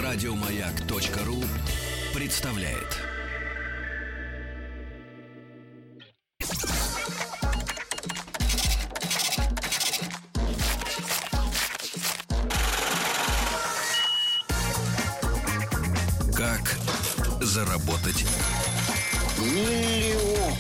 Радиомаяк.ру представляет. Как заработать миллион?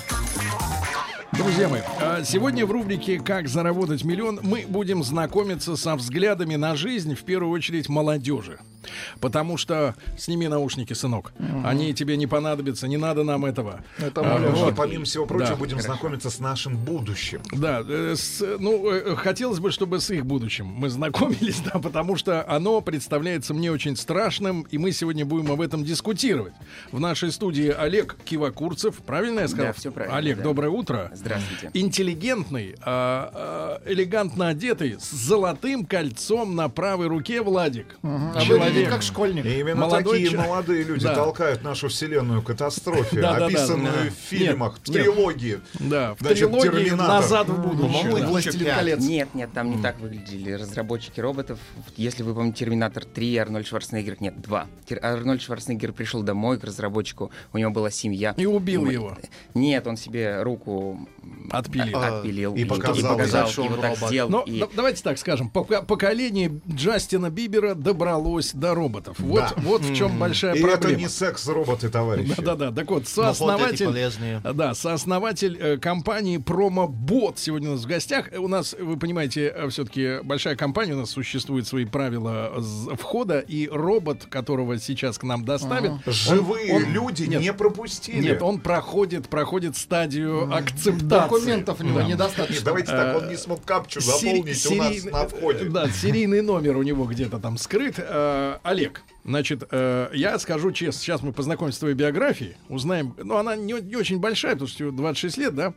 Друзья мои, сегодня в рубрике «Как заработать миллион» мы будем знакомиться со взглядами на жизнь, в первую очередь, молодежи. Потому что сними наушники, сынок. Они тебе не понадобятся, не надо нам этого. И помимо всего прочего, будем знакомиться с нашим будущим. Да, хотелось бы, чтобы с их будущим мы знакомились, да, потому что оно представляется мне очень страшным, и мы сегодня будем об этом дискутировать. В нашей студии Олег Кивакурцев, правильно я сказал? Да, все правильно. Олег, да. доброе утро. Здравствуйте. Интеллигентный, элегантно одетый, с золотым кольцом на правой руке Владик. Выглядит как школьник. И именно Молодой такие молодые люди толкают нашу вселенную к катастрофе, описанную в фильмах, в трилогии. Да, в Значит, трилогии «Терминатор». «Назад в будущее». По-моему, Да. «Властелин колец». Нет, там не так выглядели разработчики роботов. Если вы помните «Терминатор 3», Арнольд Шварценеггер, нет, 2. Арнольд Шварценеггер пришел домой к разработчику, у него была семья. И убил его. Нет, он себе руку отпилил. И показал, и вот так сделал. Но и- давайте так скажем, поколение Джастина Бибера добралось до роботов. Вот в чем большая И проблема. это не секс-роботы, товарищи. Да. Так вот, Но вот эти сооснователь, полезные. сооснователь компании PromoBot сегодня у нас в гостях. У нас, вы понимаете, все-таки большая компания, у нас существуют свои правила входа, и робот, которого сейчас к нам доставят, Живые он- люди нет. не пропустили. нет, он проходит стадию акцептации. Документов у него Нет, недостаточно. давайте так, он не смог капчу заполнить у нас на входе. Да, серийный номер у него где-то там скрыт. Олег, значит, я скажу честно, сейчас мы познакомимся с твоей биографией, узнаем, она не очень большая, потому что 26 лет, да,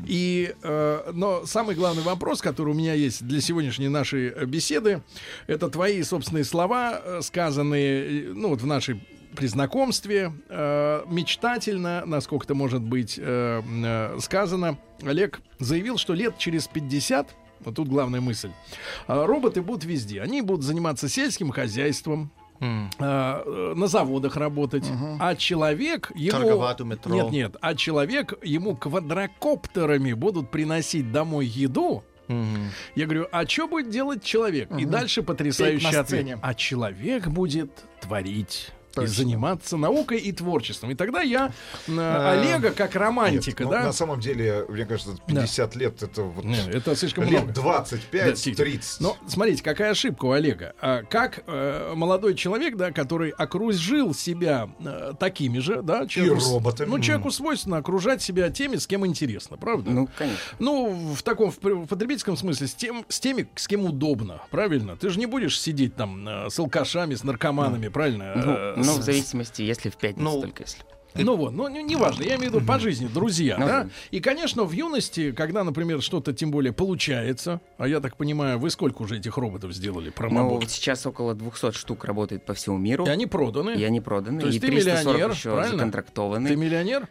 но самый главный вопрос, который у меня есть для сегодняшней нашей беседы, это твои собственные слова, сказанные, в нашей при знакомстве, мечтательно, насколько это может быть сказано, Олег заявил, что лет через 50, вот тут главная мысль, роботы будут везде. Они будут заниматься сельским хозяйством, на заводах работать, а человек ему... Торговать у метро. Нет, а человек ему квадрокоптерами будут приносить домой еду. Я говорю, а что будет делать человек? И дальше потрясающий Петь на ответ. сцене. А человек будет творить. И Точно. заниматься наукой и творчеством. И тогда я Олега, как романтика, Нет, да? на самом деле, мне кажется, 50 лет это вот Не, это слишком лет много. 25-30. Но смотрите, какая ошибка у Олега. Как молодой человек, да, который окружил себя такими же, да, роботами. Человеку свойственно окружать себя теми, с кем интересно, правда? Ну, конечно. В таком в потребительском смысле с теми, с кем удобно, правильно? Ты же не будешь сидеть там с алкашами, с наркоманами, правильно? Ну, в зависимости, если в пятницу, только если. Неважно, я имею в виду по жизни, друзья, Ну, да? да. И, конечно, в юности, когда, например, что-то тем более получается, а я так понимаю, вы сколько уже этих роботов сделали, Ну, промобот? сейчас около 200 штук работает по всему миру. И они проданы. И они проданы. То есть и ты 340 миллионер, еще правильно? законтрактованы. Ты миллионер?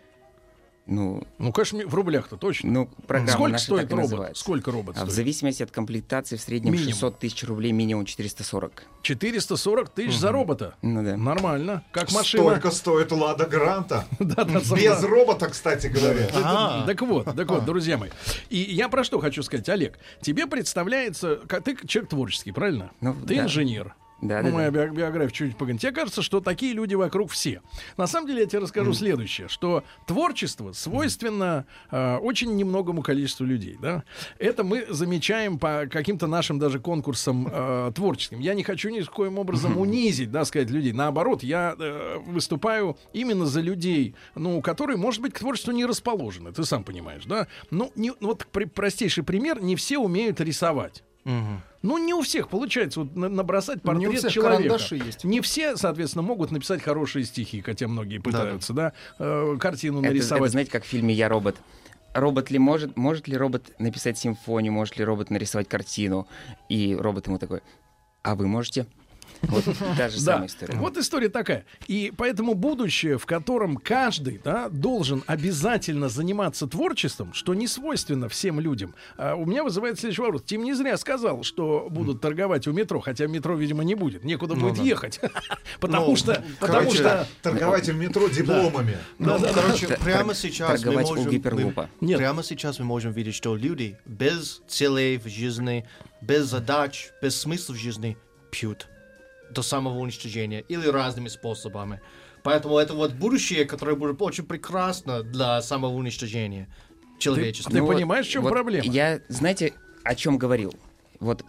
Ну, Конечно, в рублях-то точно. программа Сколько наша стоит так и робот? называется. Сколько робот В стоит? зависимости от комплектации в среднем Минимум. 600 тысяч рублей, минимум 440. 440 тысяч за робота. Ну да. Нормально. Как машина. Столько стоит Лада Гранта. Да, Без робота, кстати говоря. Так вот, друзья мои. И я про что хочу сказать, Олег. Тебе представляется, ты человек творческий, правильно? Ну, Ты да. инженер. Да, Моя биография чуть-чуть погоди. Тебе кажется, что такие люди вокруг все. На самом деле я тебе расскажу следующее, что творчество свойственно очень немногому количеству людей. Да? Это мы замечаем по каким-то нашим даже конкурсам творческим. Я не хочу ни в коим образом унизить, да, сказать, людей. Наоборот, я выступаю именно за людей, которые, может быть, к творчеству не расположены. Ты сам понимаешь, да? Вот простейший пример. Не все умеют рисовать. Не у всех получается набросать портрет Не у всех человека. карандаши есть. Не все, соответственно, могут написать хорошие стихи, хотя многие пытаются, да, картину Это, нарисовать. знаете, как в фильме «Я робот». Робот ли может ли робот написать симфонию, может ли робот нарисовать картину? И робот ему такой: а вы можете? Вот та же самая история. Вот история такая. И поэтому будущее, в котором каждый, да, должен обязательно заниматься творчеством, что не свойственно всем людям. У меня вызывает следующий вопрос. Тим не зря сказал, что будут торговать у метро, хотя метро, видимо, не будет. Некуда будет ехать. Потому что... Торговать в метро дипломами. Короче, прямо сейчас мы торговать у гиперлупа. прямо сейчас мы можем видеть, что люди без целей в жизни, без задач, без смысла в жизни пьют до самого уничтожения или разными способами. Поэтому это вот будущее, которое будет очень прекрасно для самоуничтожения человечества. Ты понимаешь, в чем проблема? Я, знаете, о чем говорил? Вот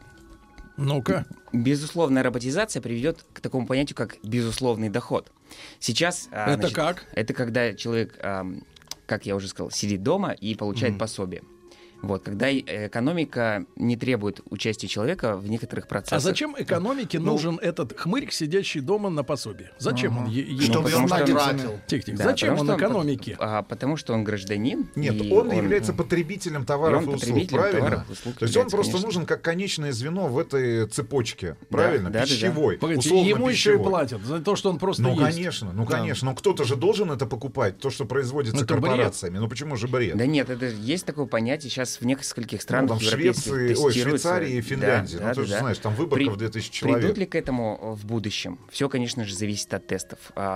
Ну-ка. безусловная роботизация приведет к такому понятию, как безусловный доход. Сейчас... Это как? Это когда человек, как я уже сказал, сидит дома и получает пособие. Вот, когда экономика не требует участия человека в некоторых процессах. А зачем экономике нужен этот хмырь, сидящий дома на пособие? Зачем он? Чтобы потому он что- тратил. Тихо-тихо. Да, Зачем потому он что экономике? Потому что он гражданин. Нет, и он является потребителем товаров и услуг, потребителем правильно? товаров и услуг То есть он является, просто конечно. нужен как конечное звено в этой цепочке, правильно? да, да. Пищевой, Погодите, условно ему еще и пищевой. платят за то, что он просто Ну, есть. конечно, ну, конечно. Но кто-то же должен это покупать, то, что производится Ну, это бред. корпорациями. Ну, почему же бред? Да нет, это есть такое понятие сейчас в нескольких Ну, странах там в европейских тестируется. Швейцарии и Финляндии. Да, Ну, ты да, же да. знаешь, там выборка в 2000 человек. Придут ли к этому в будущем? Все, конечно же, зависит от тестов.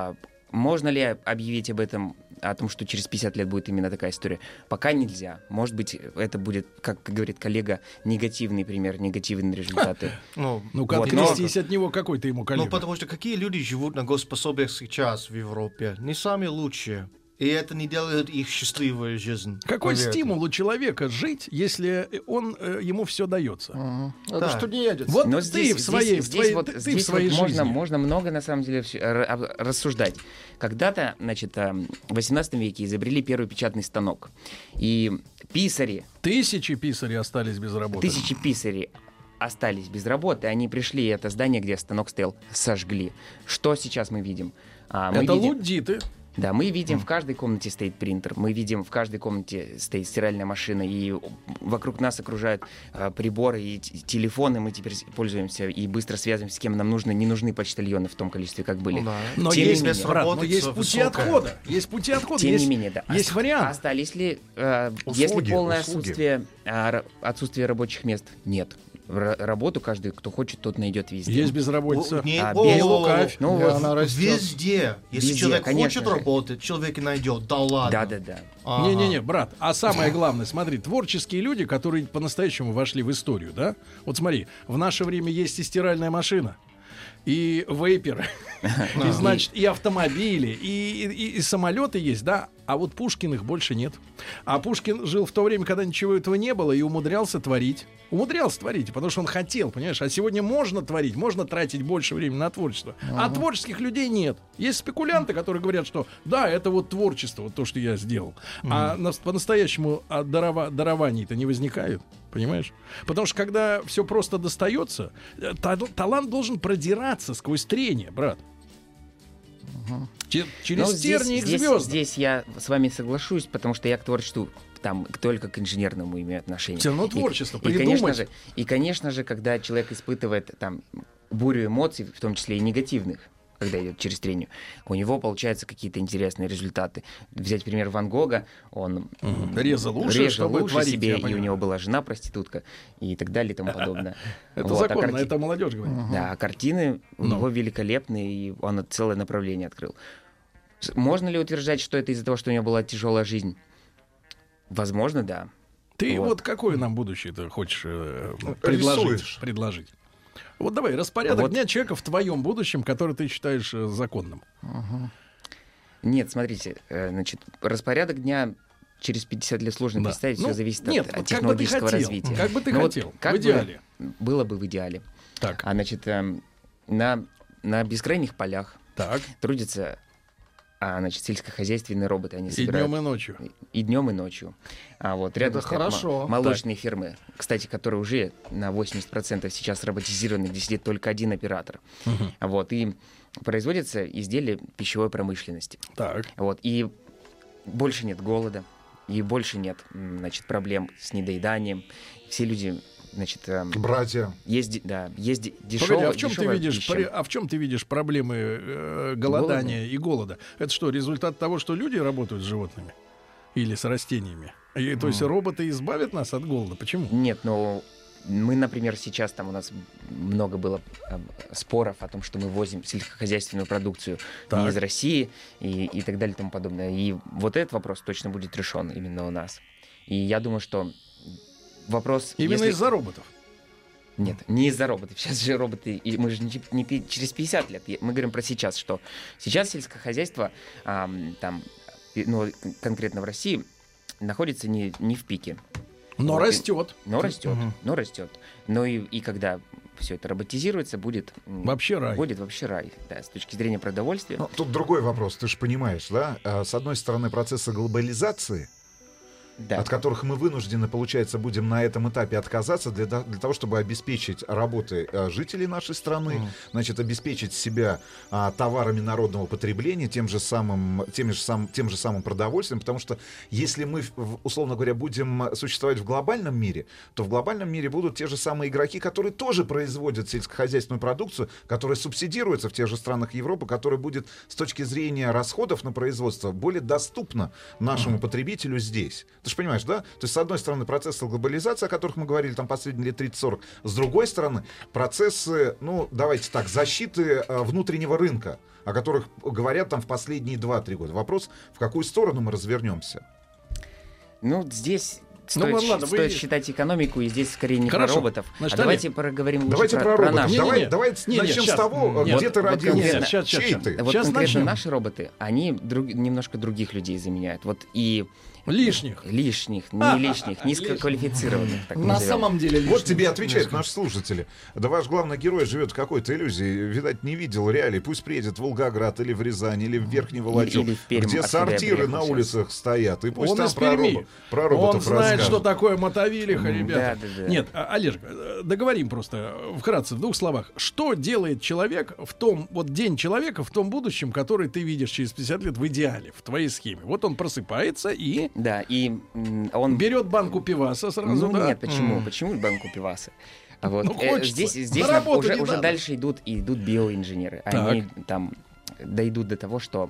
Можно ли объявить об этом, о том, что через 50 лет будет именно такая история? Пока нельзя. Может быть, это будет, как говорит коллега, негативный пример, негативные результаты. Ну-ка, Вот, открестись от него, какой ты ему Ну, коллега. потому что какие люди живут на госпособиях сейчас в Европе? Не самые лучшие. И это не делает их счастливой жизнь. Какой Поверьте. стимул у человека жить, если ему все дается? Да. Что не едет. Вот Но ты здесь, в своей, здесь, в твоей, вот, ты в здесь своей вот жизни. можно много, на самом деле, рассуждать. Когда-то, значит, в 18 веке изобрели первый печатный станок. И писари, Тысячи писарей остались без работы. тысячи писарей остались без работы. Они пришли, и это здание, где станок стоял, сожгли. Что сейчас мы видим? Мы Это видим- луддиты. Да, мы видим, в каждой комнате стоит принтер, мы видим, в каждой комнате стоит стиральная машина, и вокруг нас окружают приборы и телефоны, мы теперь пользуемся и быстро связываемся с кем нам нужно, не нужны почтальоны в том количестве, как были. Ну да. Но Тем есть, не менее, брат, но есть пути высокая. отхода. Есть пути отхода. Тем есть, не менее, да. есть вариант. Остались ли, если Услуги, полное услуги. отсутствие рабочих мест? Нет. Работу каждый, кто хочет, тот найдет везде. Есть безработица. Не без- лукавь. Ну И вот, она растет. Везде. Если Везде, человек конечно хочет же. работать, человек и найдет. Да ладно. да. Ага. Не-не-не, брат, а самое главное, смотри, творческие люди, которые по-настоящему вошли в историю, да? Вот смотри, в наше время есть и стиральная машина, и вейперы, и, значит, и автомобили, и самолеты есть, да? А вот Пушкиных больше нет. А Пушкин жил в то время, когда ничего этого не было, и умудрялся творить. Умудрялся творить, потому что он хотел, понимаешь? А сегодня можно творить, можно тратить больше времени на творчество. А творческих людей нет. Есть спекулянты, которые говорят, что да, это вот творчество, вот то, что я сделал. А по-настоящему дарований-то не возникает. Понимаешь? Потому что когда все просто достается, талант должен продираться сквозь трение, брат. Через Ну, тернии к звездам. Здесь я с вами соглашусь, потому что я к творчеству там только к инженерному имею отношение. Все равно И- творчество, и, конечно придумать. же, конечно же, когда человек испытывает там бурю эмоций, в том числе и негативных, когда идет через трению, у него получаются какие-то интересные результаты. Взять пример Ван Гога, он Резал уши, чтобы уши творить, себе, я и у понимаю. него была жена проститутка и так далее и тому подобное. Это Вот, а законно, карти- это молодежь говорит. Да, а картины у него великолепные, и он целое направление открыл. Можно ли утверждать, что это из-за того, что у него была тяжелая жизнь? Возможно, да. Ты Вот. вот какое нам будущее ты хочешь предложить? рисуешь. Предложить. Вот давай, распорядок Вот. дня человека в твоем будущем, который ты считаешь законным. Нет, смотрите, значит, распорядок дня через 50 лет сложно Да. представить, Ну, все зависит нет, от вот как бы ты технологического хотел, развития. как бы ты Ну вот хотел, как в бы идеале. было бы в идеале. Так, А значит, на бескрайних полях так. трудятся значит, сельскохозяйственные роботы. Они И собирают днем, и ночью. и днем, и ночью. А вот рядом Это стоят хорошо. молочные фермы, кстати, которые уже на 80% сейчас роботизированы, где сидит только один оператор. Вот, и производятся изделия пищевой промышленности. Так. Вот, и больше нет голода, и больше нет, значит, проблем с недоеданием. Все люди значит, братья. Есть дешевая. Погоди, а в чем ты видишь проблемы голодания и голода? Это что, результат того, что люди работают с животными или с растениями? То есть роботы избавят нас от голода? Почему? Нет, но мы, например, сейчас там у нас много было споров о том, что мы возим сельскохозяйственную продукцию не из России и так далее и тому подобное. И вот этот вопрос точно будет решен именно у нас. И я думаю, что вопрос... Именно из-за роботов? Нет, не из-за роботов. Сейчас же роботы... Мы же не через 50 лет. Мы говорим про сейчас, что сейчас сельскохозяйство конкретно в России находится не в пике. Но растет. Но растет. Но и когда все это роботизируется, будет вообще рай. Будет вообще рай, да, с точки зрения продовольствия. Но тут другой вопрос, ты же понимаешь, да? С одной стороны, процессы глобализации, от которых мы вынуждены, получается, будем на этом этапе отказаться для того, чтобы обеспечить работы жителей нашей страны, значит, обеспечить себя товарами народного потребления, тем же самым продовольствием, потому что если мы, условно говоря, будем существовать в глобальном мире, то в глобальном мире будут те же самые игроки, которые тоже производят сельскохозяйственную продукцию, которая субсидируется в тех же странах Европы, которая будет с точки зрения расходов на производство более доступна нашему потребителю здесь. Ты же понимаешь, да? То есть, с одной стороны, процессы глобализации, о которых мы говорили там последние лет 30-40, с другой стороны, процессы, давайте так, защиты внутреннего рынка, о которых говорят там в последние 2-3 года. Вопрос, в какую сторону мы развернемся? Здесь... Стоит считать экономику, и здесь скорее не про роботов. Значит, давайте поговорим лучше про роботов. Давайте начнем с того, где ты родился. Чей ты? Вот конкретно наши роботы, они немножко других людей заменяют. Лишних, низкоквалифицированных. На самом деле лишних. Вот тебе отвечают наши слушатели. Да ваш главный герой живет в какой-то иллюзии. Видать, не видел реалий. Пусть приедет в Волгоград или в Рязань, или в Верхний Волочек, где сортиры на улицах стоят. И пусть там про роботов Он знает, что такое мотовилиха, ребята. Да. Нет, Олег, договорим просто вкратце, в 2 словах. Что делает человек в том, день человека в том будущем, который ты видишь через 50 лет в идеале, в твоей схеме? Вот он просыпается и... Да, и он... Берет банку пиваса сразу, да? Нет, почему? Почему банку пиваса? Здесь уже дальше идут биоинженеры. Они там дойдут до того, что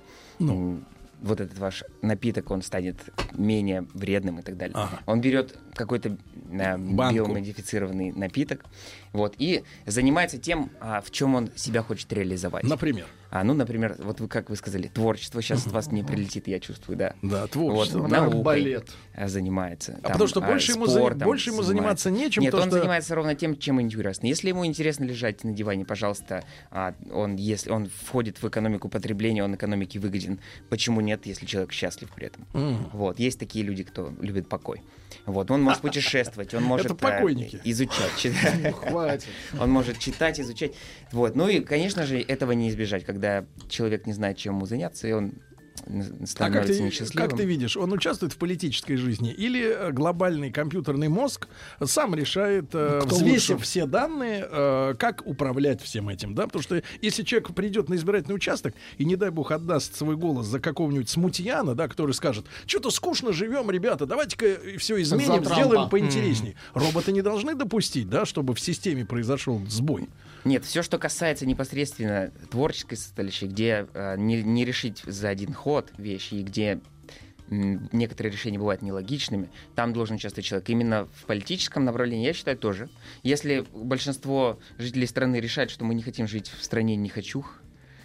вот этот ваш напиток, он станет менее вредным и так далее. Он берет какой-то биомодифицированный напиток, и занимается тем, в чем он себя хочет реализовать. Например? Например, как вы сказали, творчество сейчас от вас не прилетит, я чувствую, да. Да, творчество. Наукой балет занимается. Потому что больше ему заниматься нечем. Нет, он занимается ровно тем, чем интересно. Если ему интересно лежать на диване, пожалуйста, если он входит в экономику потребления, он экономике выгоден. Почему нет, если человек счастлив при этом? Есть такие люди, кто любит покой. Он может путешествовать, он может изучать. Хватит. Он может читать, изучать. И, конечно же, этого не избежать, когда человек не знает, чем ему заняться, и он становится несчастливым. Как ты видишь, он участвует в политической жизни или глобальный компьютерный мозг сам решает, взвесив все данные, как управлять всем этим, да? Потому что если человек придет на избирательный участок и, не дай бог, отдаст свой голос за какого-нибудь смутьяна, да, который скажет: что-то скучно живем, ребята, давайте-ка все изменим, сделаем поинтереснее. Роботы не должны допустить, да, чтобы в системе произошел сбой. Нет, все, что касается непосредственно творческой составляющей, где не решить за один ход вещи, и где некоторые решения бывают нелогичными, там должен участвовать человек. Именно в политическом направлении, я считаю, тоже. Если большинство жителей страны решает, что мы не хотим жить в стране нехочух,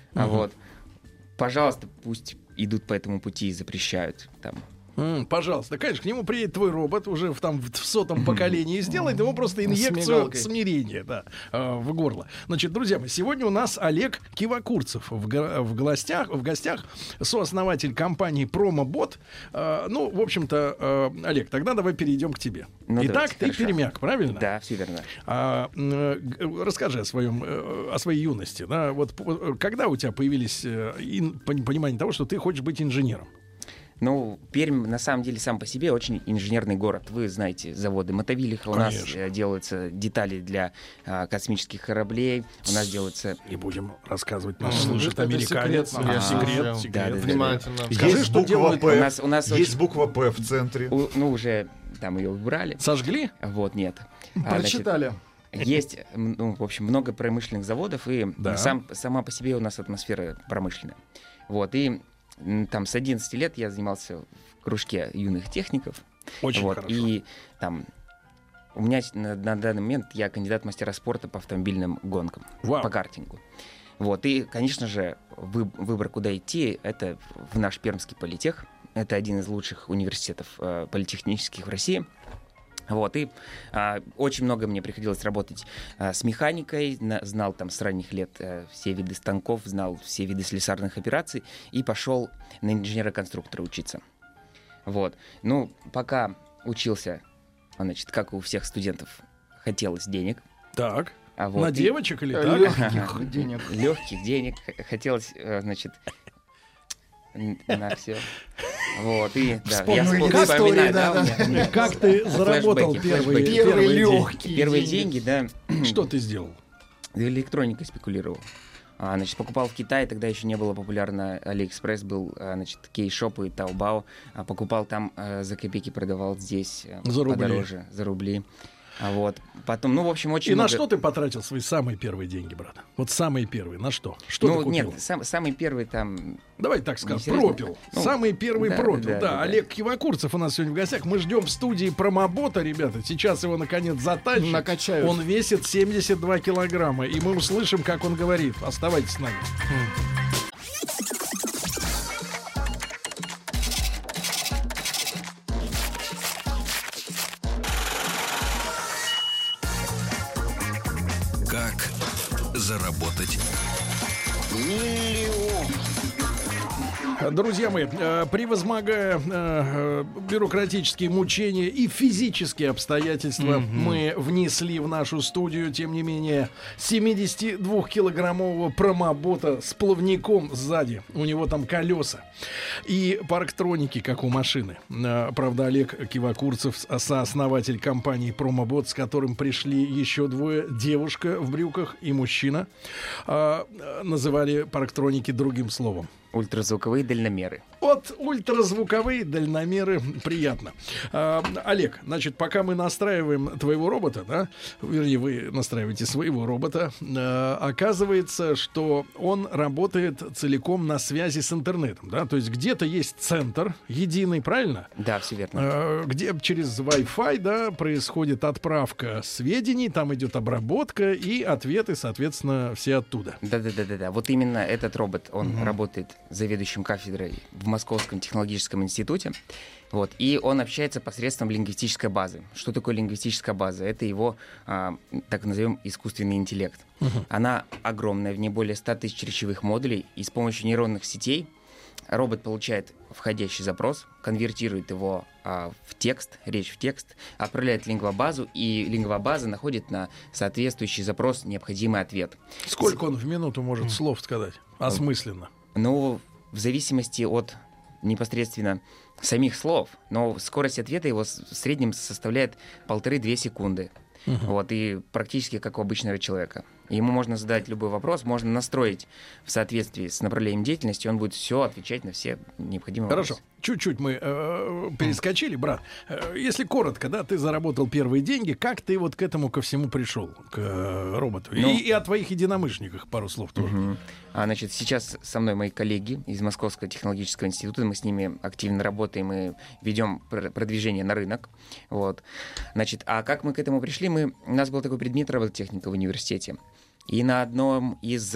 пожалуйста, пусть идут по этому пути и запрещают там. Пожалуйста, конечно, к нему приедет твой робот уже в 100-м поколении и сделает ему просто инъекцию смирения в горло. Значит, друзья мои, сегодня у нас Олег Кивокурцев в гостях, сооснователь компании Промобот. В общем-то, Олег, тогда давай перейдем к тебе. Итак, ты пермяк, правильно? Да, все верно. Расскажи о своей юности. Да? Когда у тебя появились понимание того, что ты хочешь быть инженером? Ну, Пермь, на самом деле, сам по себе очень инженерный город. Вы знаете, заводы Мотовилиха. У нас делаются детали для космических кораблей. У нас делаются... Не будем рассказывать, нас слышит американец. Секрет. Внимательно. Скажи, что делают... У нас есть буква «П» в центре. Ну, уже там ее убрали. Сожгли? Вот, нет. Прочитали. Есть, ну, в общем, много промышленных заводов, и сама по себе у нас атмосфера промышленная. Вот, и там с 11 лет я занимался в кружке юных техников. Очень вот, хорошо. И там у меня на данный момент я кандидат в мастера спорта по автомобильным гонкам, по картингу. Вот, и, конечно же, выбор, куда идти, это в наш Пермский политех. Это один из лучших университетов политехнических в России. Вот, и очень много мне приходилось работать с механикой, знал там с ранних лет все виды станков, знал все виды слесарных операций и пошел на инженера-конструктора учиться. Вот. Ну, пока учился, значит, как у всех студентов, хотелось денег. Так. Вот, на девочек или так? Легких денег. Легких денег. Хотелось, значит, на все. Вот, и да, я вспоминаю, да, как ты заработал первые легкие первые деньги, да. Что ты сделал? Электроникой спекулировал. Значит, покупал в Китае, тогда еще не было популярно Алиэкспресс, был, значит, Кейшоп и Таобао. Покупал там за копейки, продавал здесь подороже, за рубли. Вот. Потом, ну, в общем, очень много... на что ты потратил свои самые первые деньги, брат? Вот самые первые, на что? Что ты купил? Нет, самый первый там... Давай так скажем, пропил. Самый первый пропил. Да, Олег Кивакурцев у нас сегодня в гостях. Мы ждем в студии промобота, ребята. Сейчас его, наконец, затащат. Накачают. Он весит 72 килограмма. И мы услышим, как он говорит. Оставайтесь с нами. Заработать Друзья мои, превозмогая бюрократические мучения и физические обстоятельства, мы внесли в нашу студию, тем не менее, 72-килограммового промобота с плавником сзади. У него там колеса. И парктроники, как у машины. Правда, Олег Кивакурцев, сооснователь компании «Промобот», с которым пришли еще двое, девушка в брюках и мужчина, называли парктроники другим словом. Ультразвуковые дальномеры. Вот ультразвуковые дальномеры, приятно. Олег, значит, пока мы настраиваем твоего робота, да, вернее, вы настраиваете своего робота, оказывается, что он работает целиком на связи с интернетом, да, то есть где-то есть центр единый, правильно? Да, все верно. Где через Wi-Fi, да, происходит отправка сведений, там идет обработка и ответы, соответственно, все оттуда. Да. Вот именно этот робот, он работает заведующим кафедрой в Московском технологическом институте. Вот, и он общается посредством лингвистической базы. Что такое лингвистическая база? Это его, так назовем, искусственный интеллект. Она огромная, в ней более 100 тысяч речевых модулей, и с помощью нейронных сетей робот получает входящий запрос, конвертирует его в текст, речь в текст, отправляет в лингвобазу, и лингвобаза находит на соответствующий запрос необходимый ответ. Сколько он в минуту может слов сказать? Осмысленно. Ну, в зависимости от непосредственно самих слов, но скорость ответа его в среднем составляет 1,5-2 секунды. Вот, и практически как у обычного человека. Ему можно задать любой вопрос, можно настроить в соответствии с направлением деятельности, он будет все отвечать на все необходимые вопросы. Хорошо. Чуть-чуть мы перескочили, брат. Если коротко, да, ты заработал первые деньги, как ты вот к этому ко всему пришел, к роботу? И о твоих единомышленниках пару слов тоже. Значит, сейчас со мной мои коллеги из Московского технологического института, мы с ними активно работаем и ведем продвижение на рынок. Вот. Значит, а как мы к этому пришли? У нас был такой предмет робототехника в университете. И на одной из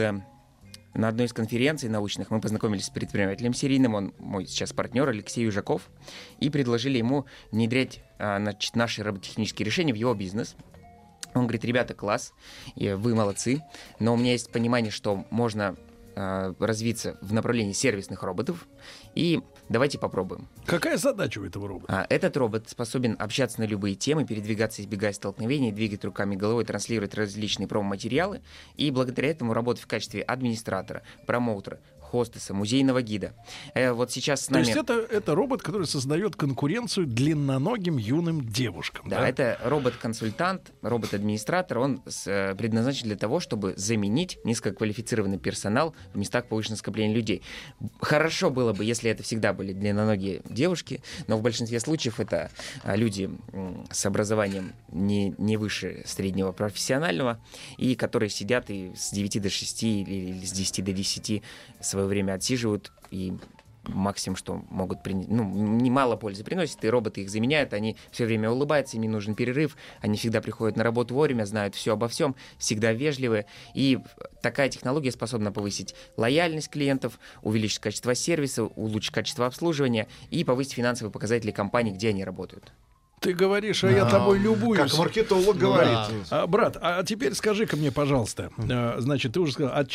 конференций научных мы познакомились с предпринимателем серийным, он мой сейчас партнер Алексей Южаков, и предложили ему внедрять наши робототехнические решения в его бизнес. Он говорит: ребята, класс, вы молодцы, но у меня есть понимание, что можно развиться в направлении сервисных роботов, и давайте попробуем. Какая задача у этого робота? Этот робот способен общаться на любые темы, передвигаться, избегая столкновений, двигать руками и головой, транслировать различные промо-материалы, и благодаря этому работать в качестве администратора, промоутера, хостеса, музейного гида. Вот сейчас с То нами... есть это робот, который создает конкуренцию длинноногим юным девушкам. Да, это робот-консультант, робот-администратор. Он предназначен для того, чтобы заменить низкоквалифицированный персонал в местах повышенного скопления людей. Хорошо было бы, если это всегда были длинноногие девушки, но в большинстве случаев это люди с образованием не выше среднего профессионального, и которые сидят и с 9 до 6 или с 10 до 10 свое время отсиживают, и максимум, что могут принять, немало пользы приносят, и роботы их заменяют, они все время улыбаются, им не нужен перерыв, они всегда приходят на работу вовремя, знают все обо всем, всегда вежливы, и такая технология способна повысить лояльность клиентов, увеличить качество сервиса, улучшить качество обслуживания и повысить финансовые показатели компаний, где они работают. Ты говоришь, а я тобой любуюсь. Как маркетолог говорит. Брат, а теперь скажи-ка мне, пожалуйста, значит, ты уже сказал, от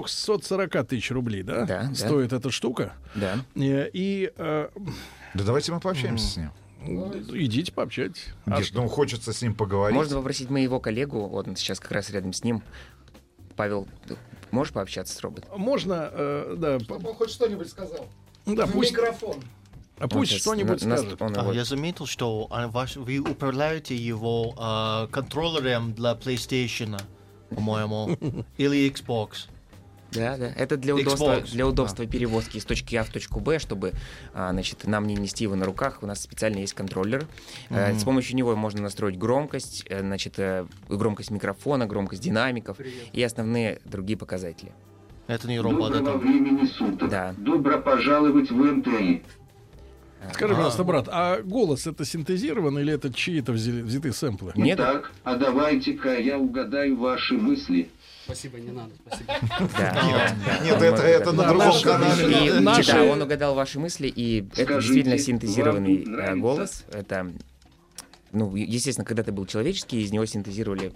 440 тысяч рублей, да? Стоит эта штука? Да. Да давайте мы пообщаемся с ним. Идите пообщайтесь. Хочется с ним поговорить. Можно попросить моего коллегу, вот он сейчас как раз рядом с ним. Павел, ты можешь пообщаться с роботом? Можно, да. Он хоть что-нибудь сказал. Да, пусть. Микрофон. А пусть что-нибудь скажет. Я заметил, что вы управляете его контроллером для PlayStation, по-моему, или Xbox. Да. Это для удобства перевозки из точки А в точку Б, чтобы нам не нести его на руках. У нас специально есть контроллер. С помощью него можно настроить громкость, громкость микрофона, громкость динамиков и основные другие показатели. Это не робот. Доброго времени суток. Да. Добро пожаловать в МТИ. Скажи, пожалуйста, брат, а голос это синтезирован или это чьи-то взяты сэмплы? Нет. Итак, а давайте-ка я угадаю ваши мысли. Спасибо, не надо, спасибо. Нет, это на другом канале. Да, он угадал ваши мысли, и это действительно синтезированный голос. Это, естественно, когда-то был человеческий, из него синтезировали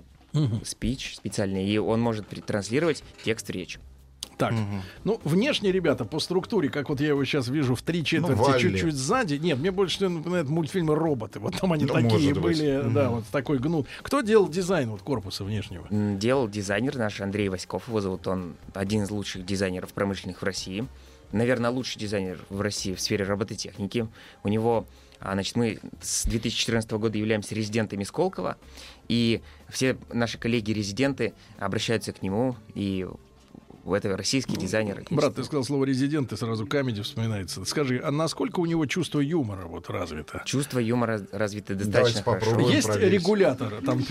спич специальный, и он может транслировать текст в речь. Так, внешне, ребята, по структуре, как вот я его сейчас вижу в 3/4, чуть-чуть сзади. Нет, мне больше напоминает мультфильмы «Роботы». Вот там они такие были, да, вот такой гнут. Кто делал дизайн корпуса внешнего? Делал дизайнер наш Андрей Васьков, его зовут, он один из лучших дизайнеров промышленных в России. Наверное, лучший дизайнер в России в сфере робототехники. У него, мы с 2014 года являемся резидентами Сколково, и все наши коллеги-резиденты обращаются к нему, и это российский дизайнер. Брат, ты сказал слово «резидент», и сразу комедия вспоминается. Скажи, а насколько у него чувство юмора развито? Чувство юмора развито достаточно хорошо. Есть регулятор, там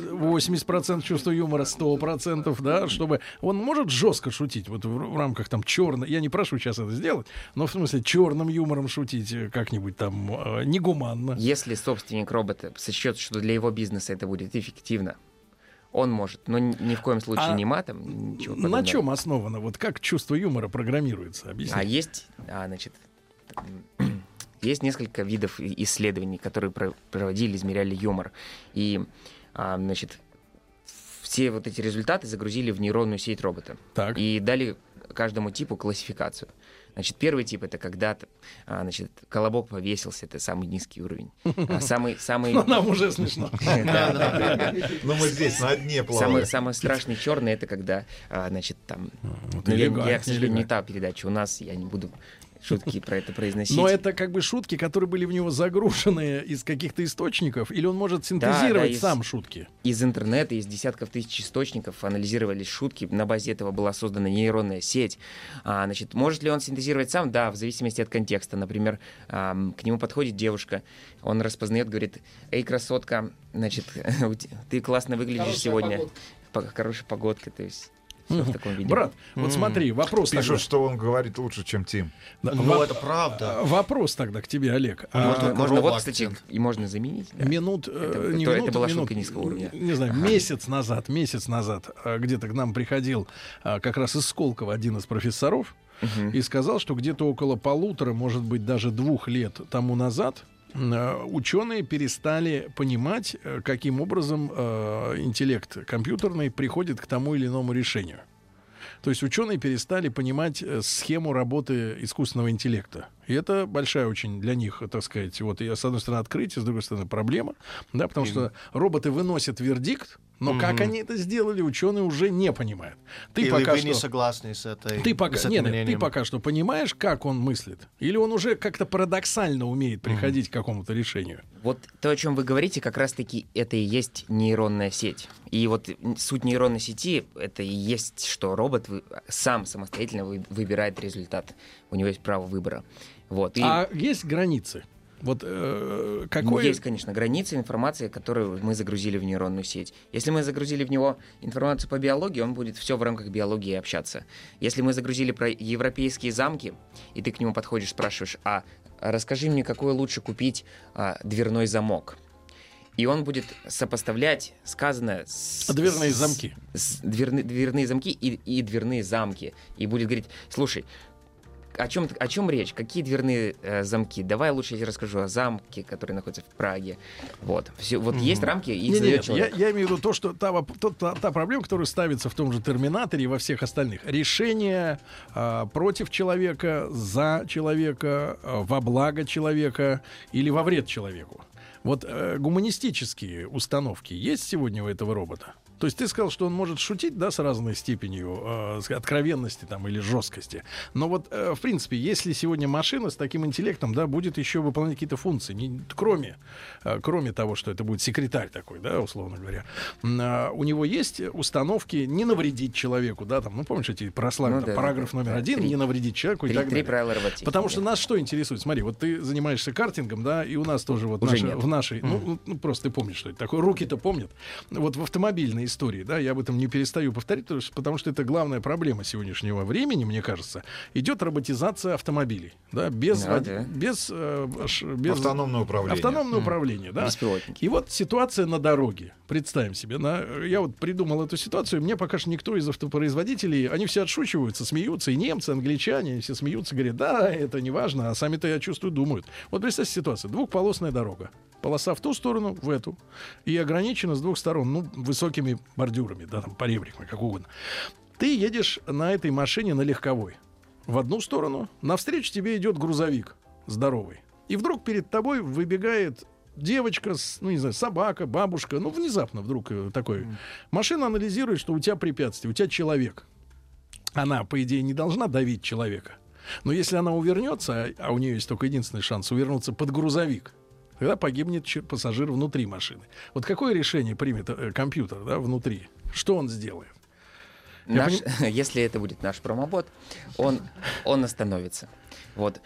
80% чувства юмора, 100%, да, чтобы он может жестко шутить вот в рамках там черно. Я не прошу сейчас это сделать, но в смысле черным юмором шутить как-нибудь там негуманно. Если собственник робота сочтет, что для его бизнеса это будет эффективно, он может, но ни в коем случае не матом, ничего подобного. На чем основано? Вот как чувство юмора программируется? Объясни. Есть несколько видов исследований, которые проводили, измеряли юмор. И, все вот эти результаты загрузили в нейронную сеть робота. Так. И дали каждому типу классификацию. Первый тип — это когда колобок повесился, это самый низкий уровень. Самый... Нам уже смешно. Но мы здесь на дне плаваем. Самый страшный черный — это когда, я, к сожалению, не та передача у нас, я не буду шутки про это произносить. Но это как бы шутки, которые были в него загружены из каких-то источников, или он может синтезировать сам шутки? Из интернета, из десятков тысяч источников анализировались шутки, на базе этого была создана нейронная сеть. Может ли он синтезировать сам? Да, в зависимости от контекста. Например, к нему подходит девушка, он распознает, говорит: «Эй, красотка, ты классно выглядишь сегодня». Хорошая погодка, то есть... В таком виде. Брат, вот смотри, вопрос. Пишут, что он говорит лучше, чем Тим. Это правда. Вопрос тогда к тебе, Олег. Можно, кстати, и можно заменить. Да. Это была шутка низкого уровня. Не знаю, месяц назад где-то к нам приходил как раз из Сколково один из профессоров и сказал, что где-то около 1,5, может быть, даже 2 лет тому назад ученые перестали понимать, каким образом интеллект компьютерный приходит к тому или иному решению. То есть ученые перестали понимать схему работы искусственного интеллекта. И это большая очень для них, так сказать, с одной стороны открытие, с другой стороны проблема, да, потому что роботы выносят вердикт, Но как они это сделали, ученые уже не понимают. Ты Или пока вы что... не согласны с этой Ты пока, с этим нет, ты мнением? пока что понимаешь, как он мыслит? Или он уже как-то парадоксально умеет приходить к какому-то решению? Вот то, о чем вы говорите, как раз-таки это и есть нейронная сеть. И вот суть нейронной сети — это и есть, что робот сам самостоятельно выбирает результат. У него есть право выбора. Вот. И... А есть границы? Вот какой... Есть, конечно, границы информации, которую мы загрузили в нейронную сеть. Если мы загрузили в него информацию по биологии, он будет все в рамках биологии общаться. Если мы загрузили про европейские замки, и ты к нему подходишь, спрашиваешь, а расскажи мне, какой лучше купить дверной замок. И он будет сопоставлять сказанное с... Дверные замки. Дверные замки и дверные замки. И будет говорить, слушай, о чем речь? Какие дверные замки? Давай лучше я тебе расскажу о замке, который находится в Праге. Вот. Все, вот есть рамки, их задает человек. Я имею в виду то, что та проблема, которая ставится в том же «Терминаторе» и во всех остальных. Решение против человека, за человека, во благо человека или во вред человеку. Вот гуманистические установки есть сегодня у этого робота? То есть ты сказал, что он может шутить, да, с разной степенью откровенности там, или жесткости. Но вот, в принципе, если сегодня машина с таким интеллектом, да, будет еще выполнять какие-то функции, кроме того, что это будет секретарь такой, да, условно говоря, у него есть установки не навредить человеку, да, там, ну, помнишь, эти прославленные, параграф номер 1, не навредить человеку и так далее. 3 правила роботехники. Потому что нас что интересует? Смотри, вот ты занимаешься картингом, да, и у нас тоже вот в нашей, ну, просто ты помнишь, что это такое, руки-то помнят. Вот в автомобильной истории, да, я об этом не перестаю повторить, потому что это главная проблема сегодняшнего времени, мне кажется, идет роботизация автомобилей, да, без автономного управления. Автономное управление, да. Беспилотники. И вот ситуация на дороге. Представим себе, я вот придумал эту ситуацию, мне пока что никто из автопроизводителей, они все отшучиваются, смеются, и немцы, англичане, все смеются, говорят, да, это не важно, а сами-то, я чувствую, думают. Вот представьте ситуацию, двухполосная дорога. Полоса в ту сторону, в эту. И ограничена с двух сторон, ну, высокими бордюрами, да, там, поребриками, как угодно. Ты едешь на этой машине на легковой. В одну сторону, навстречу тебе идет грузовик здоровый. И вдруг перед тобой выбегает девочка, ну, не знаю, собака, бабушка. Ну, внезапно вдруг такой. Машина анализирует, что у тебя препятствие, у тебя человек. Она, по идее, не должна давить человека. Но если она увернется, а у нее есть только единственный шанс увернуться под грузовик, тогда погибнет пассажир внутри машины. Вот какое решение примет компьютер, да, внутри? Что он сделает? Если это будет наш промобот, он остановится. Вот.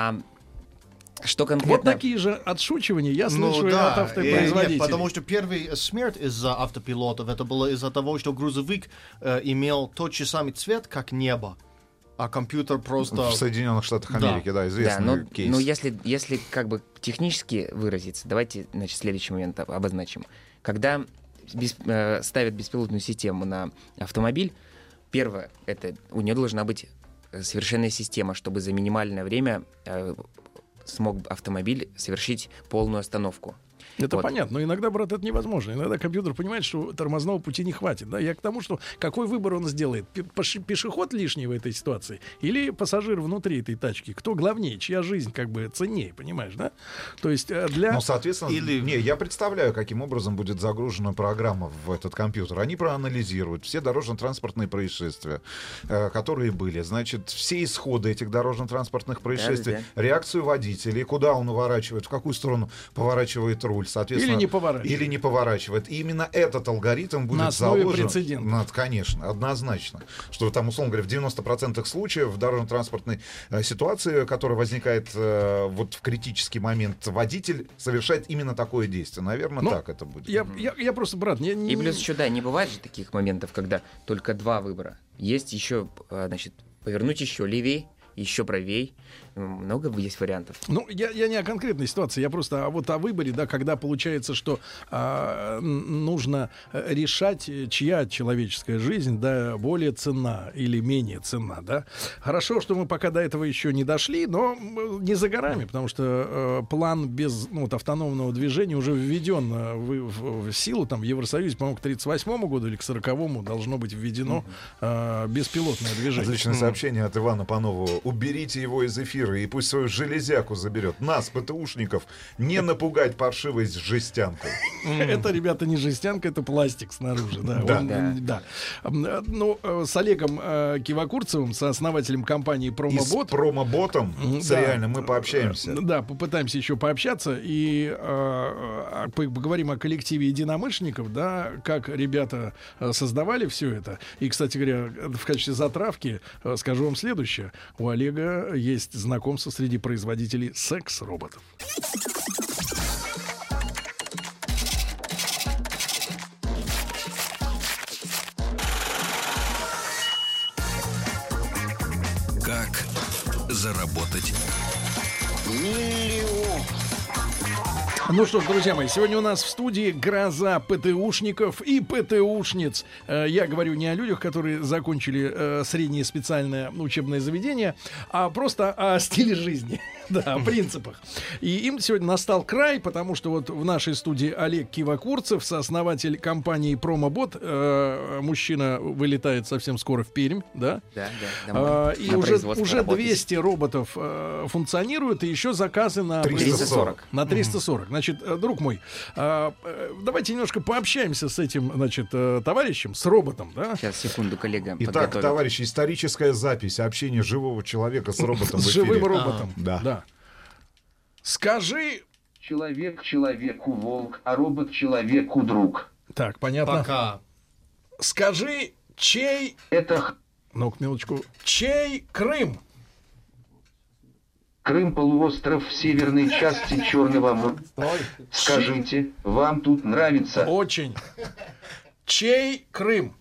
Что конкретно... Вот такие же отшучивания я слышу от автопроизводителей. Нет, потому что первый смерть из-за автопилотов это было из-за того, что грузовик имел тот же самый цвет, как небо. А компьютер просто... В Соединенных Штатах Америки, да, известный кейс. Но если как бы технически выразиться, давайте, значит, следующий момент обозначим. Когда ставят беспилотную систему на автомобиль, первое, это у нее должна быть совершенная система, чтобы за минимальное время смог автомобиль совершить полную остановку. Это понятно, но иногда, брат, это невозможно. Иногда компьютер понимает, что тормозного пути не хватит. Да? Я к тому, что какой выбор он сделает? Пешеход лишний в этой ситуации или пассажир внутри этой тачки? Кто главнее? Чья жизнь как бы ценнее, понимаешь, да? То есть для... Ну, соответственно, я представляю, каким образом будет загружена программа в этот компьютер. Они проанализируют все дорожно-транспортные происшествия, которые были. Значит, все исходы этих дорожно-транспортных происшествий, реакцию водителей, куда он уворачивает, в какую сторону поворачивает руль. Соответственно, или не поворачивает. И именно этот алгоритм будет заложен. Конечно, однозначно. Что там, условно говоря, в 90% случаев в дорожно-транспортной ситуации, которая возникает вот в критический момент, водитель совершает именно такое действие. Наверное, так это будет. Я просто, брат... И плюс еще, не бывает же таких моментов, когда только два выбора. Есть еще, значит, повернуть еще левее, еще правей. Много есть вариантов. Ну, я не о конкретной ситуации, я просто о выборе, да, когда получается, что нужно решать, чья человеческая жизнь, да, более ценна или менее ценна, да. Хорошо, что мы пока до этого еще не дошли, но не за горами, потому что план без автономного движения уже введен в силу, там, в Евросоюзе, по-моему, к 1938 году или к 1940 должно быть введено беспилотное движение. Отличное сообщение от Ивана Панова. Уберите его из эфира эфира и пусть свою железяку заберет. Нас, ПТУшников, не напугать паршивой жестянкой. Это, ребята, не жестянка, это пластик снаружи. Да. Да. Да. Ну, с Олегом Кивакурцевым, сооснователем компании И с «Промобот», промоботом, реально, мы пообщаемся. да, попытаемся еще пообщаться и поговорим о коллективе единомышленников, да, как ребята создавали все это. И, кстати говоря, в качестве затравки скажу вам следующее. У Олега есть знакомство среди производителей секс-роботов. Как заработать? Ну что ж, друзья мои, сегодня у нас в студии гроза ПТУшников и ПТУшниц. Я говорю не о людях, которые закончили среднее специальное учебное заведение, а просто о стиле жизни, да, о принципах. И им сегодня настал край, потому что вот в нашей студии Олег Кивакурцев, сооснователь компании «Промобот». Мужчина вылетает совсем скоро в Пермь, да? Да, домой. И На уже производство 200 роботов функционируют, и еще заказы на 340. На 340. Значит, друг мой, давайте немножко пообщаемся с этим, значит, товарищем, с роботом, да? Сейчас, секунду, коллега Итак, подготовит. товарищи, историческая запись общения живого человека с роботом в С эфире. живым роботом. Да. Скажи... Человек человеку волк, а робот человеку друг. Так, понятно. Пока. Скажи, чей... Это Ну-ка, минуточку. Чей Крым? Крым полуостров в северной части Черного моря. Скажите, вам тут нравится? Очень. Чей Крым?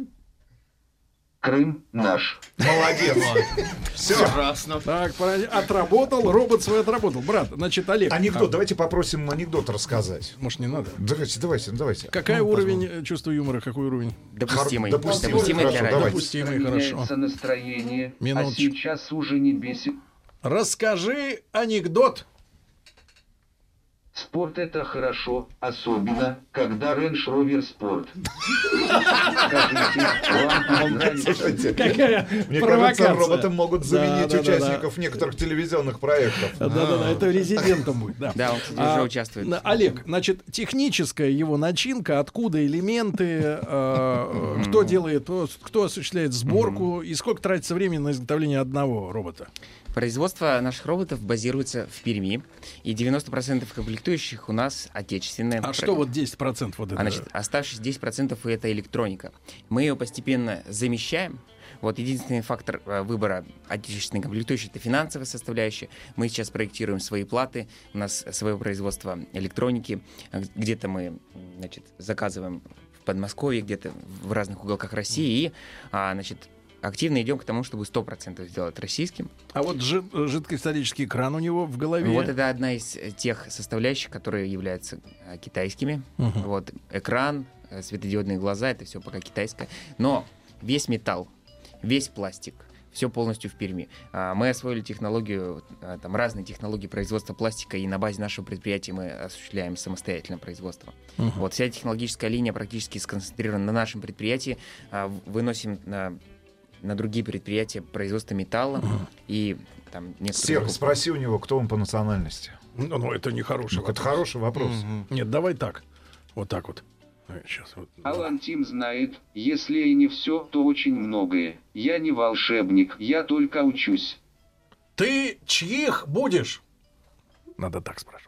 Крым наш. Молодец. Прекрасно. Так, отработал, робот свой отработал. Брат, значит, Олег. Анекдот. Давайте попросим анекдот рассказать. Может, не надо? Давайте. Какой уровень чувства юмора? Какой уровень? Допустимый. Допустимый, Допустимый хорошо, для радио. давайте. Допустимый, хорошо. Меняется настроение, а Минуточку. сейчас уже не бесит. Расскажи анекдот. Спорт это хорошо, особенно когда Range Rover Sport. Скажите, вам тут нравится? Слушайте, Какая мне провокация. кажется, роботы могут заменить Да. участников некоторых телевизионных проектов. Да, это резидентом будет, да. Да, он, кстати, уже участвует. Олег, значит, техническая его начинка, откуда элементы, кто делает, кто осуществляет сборку и сколько тратится времени на изготовление одного робота? Производство наших роботов базируется в Перми, и 90% комплектующих у нас отечественные. А что вот 10% вот это? А значит, оставшиеся 10% это электроника. Мы ее постепенно замещаем. Вот единственный фактор выбора отечественной комплектующей — это финансовая составляющая. Мы сейчас проектируем свои платы, у нас свое производство электроники. Где-то мы, значит, заказываем в Подмосковье, где-то в разных уголках России. И, значит, активно идем к тому, чтобы 100% сделать российским. А вот жидкокристаллический экран у него в голове. Вот это одна из тех составляющих, которые являются китайскими. Вот экран, светодиодные глаза — это все пока китайское. Но весь металл, весь пластик, все полностью в Перми. Мы освоили технологию, там разные технологии производства пластика, и на базе нашего предприятия мы осуществляем самостоятельное производство. Вот вся технологическая линия практически сконцентрирована на нашем предприятии. Выносим на другие предприятия производства металла и там Серый, спроси у него, кто он по национальности. Ну, это не хороший Это хороший вопрос. Нет, давай так. Вот так вот. Сейчас вот. Алан Тим знает, если и не все, то очень многое. Я не волшебник, я только учусь. Ты чьих будешь? Надо так спрашивать.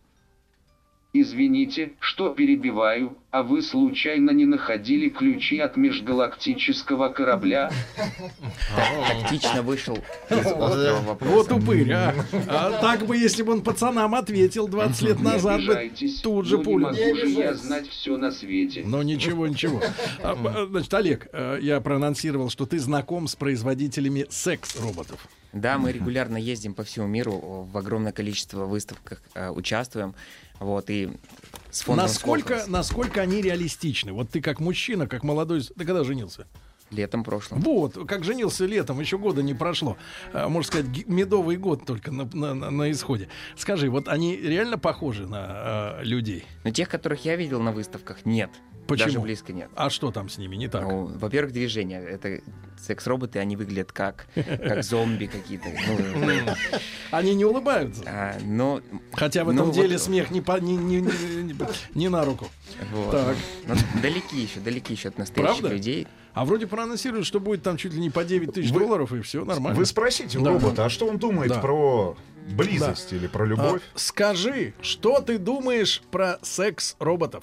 Извините, что перебиваю, а вы случайно не находили ключи от межгалактического корабля? тактично вышел из острого вопроса. Вот упырь, а. А так бы, если бы он пацанам ответил 20 лет назад, Не бы обижайтесь, тут же но пулю. не могу же я знать все на свете. Но ничего. Значит, Олег, я проанонсировал, что ты знаком с производителями секс-роботов. Да, мы регулярно ездим по всему миру, в огромное количество выставках участвуем. Вот, и с фондом Насколько они реалистичны? Вот ты как мужчина, как молодой... Ты когда женился? Летом прошлым. Вот, как женился летом, еще года не прошло. Можно сказать, медовый год только на исходе. Скажи, вот они реально похожи на людей? Но тех, которых я видел на выставках, нет. Почему? Даже близко нет. А что там с ними не так? Ну, во-первых, движения. Это секс-роботы, они выглядят как зомби какие-то. Они не улыбаются. Хотя в этом деле смех не на руку. Так. Далеки еще от настоящих людей. А вроде проанонсируют, что будет там чуть ли не по 9 тысяч долларов, и все нормально. Вы спросите у робота, а что он думает про близость или про любовь? Скажи, что ты думаешь про секс-роботов?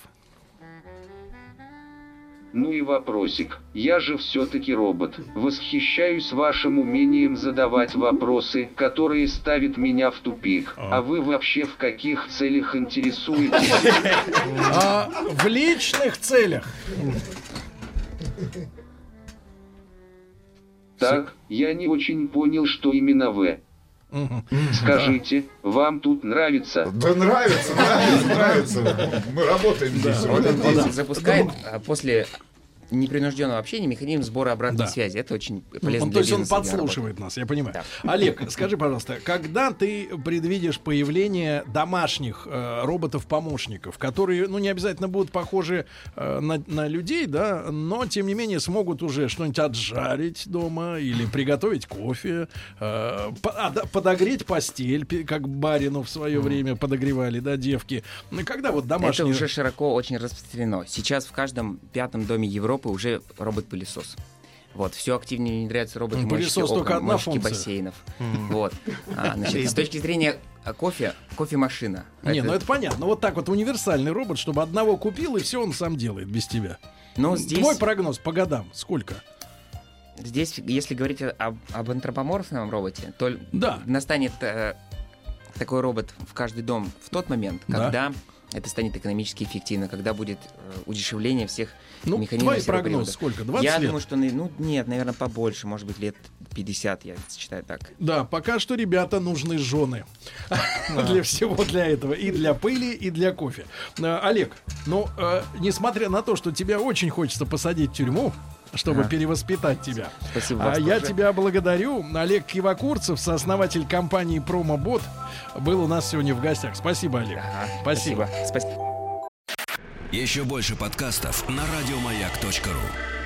Ну и вопросик. Я же все-таки робот. Восхищаюсь вашим умением задавать вопросы, которые ставят меня в тупик. А вы вообще в каких целях интересуетесь? В личных целях. Так, я не очень понял, что именно вы. Скажите, вам тут нравится? Да нравится. Мы работаем здесь. Он запускает после непринужденного общения механизм сбора обратной связи. Это очень полезно для бизнеса. То есть он подслушивает нас, я понимаю. Да. Олег, скажи, пожалуйста, когда ты предвидишь появление домашних роботов-помощников, которые, ну, не обязательно будут похожи на людей, да, но, тем не менее, смогут уже что-нибудь отжарить дома или приготовить кофе, подогреть постель, как барину в свое время подогревали, да, девки. Когда вот домашние... Это уже широко очень распространено. Сейчас в каждом 5-м доме Европы уже робот-пылесос. Вот, все активнее внедряются роботы-мойщики окон, мойщики бассейнов. Вот. Значит, с точки зрения кофемашина. Это понятно. Вот так вот универсальный робот, чтобы одного купил, и все он сам делает без тебя. Но здесь... Твой прогноз по годам сколько? Здесь, если говорить об антропоморфном роботе, то настанет такой робот в каждый дом в тот момент, когда это станет экономически эффективно, когда будет удешевление всех механизмов. Твой прогноз сколько? 20 я лет? Думаю, что нет, наверное, побольше, может быть, лет 50, я считаю так. Да, пока что, ребята, нужны жены для всего для этого, и для пыли, и для кофе. Олег, несмотря на то, что тебя очень хочется посадить в тюрьму, чтобы перевоспитать тебя. Спасибо. Я тебя благодарю. Олег Кивакурцев, сооснователь компании «Промобот», был у нас сегодня в гостях. Спасибо, Олег. Спасибо. Еще больше подкастов на радиомаяк.ру.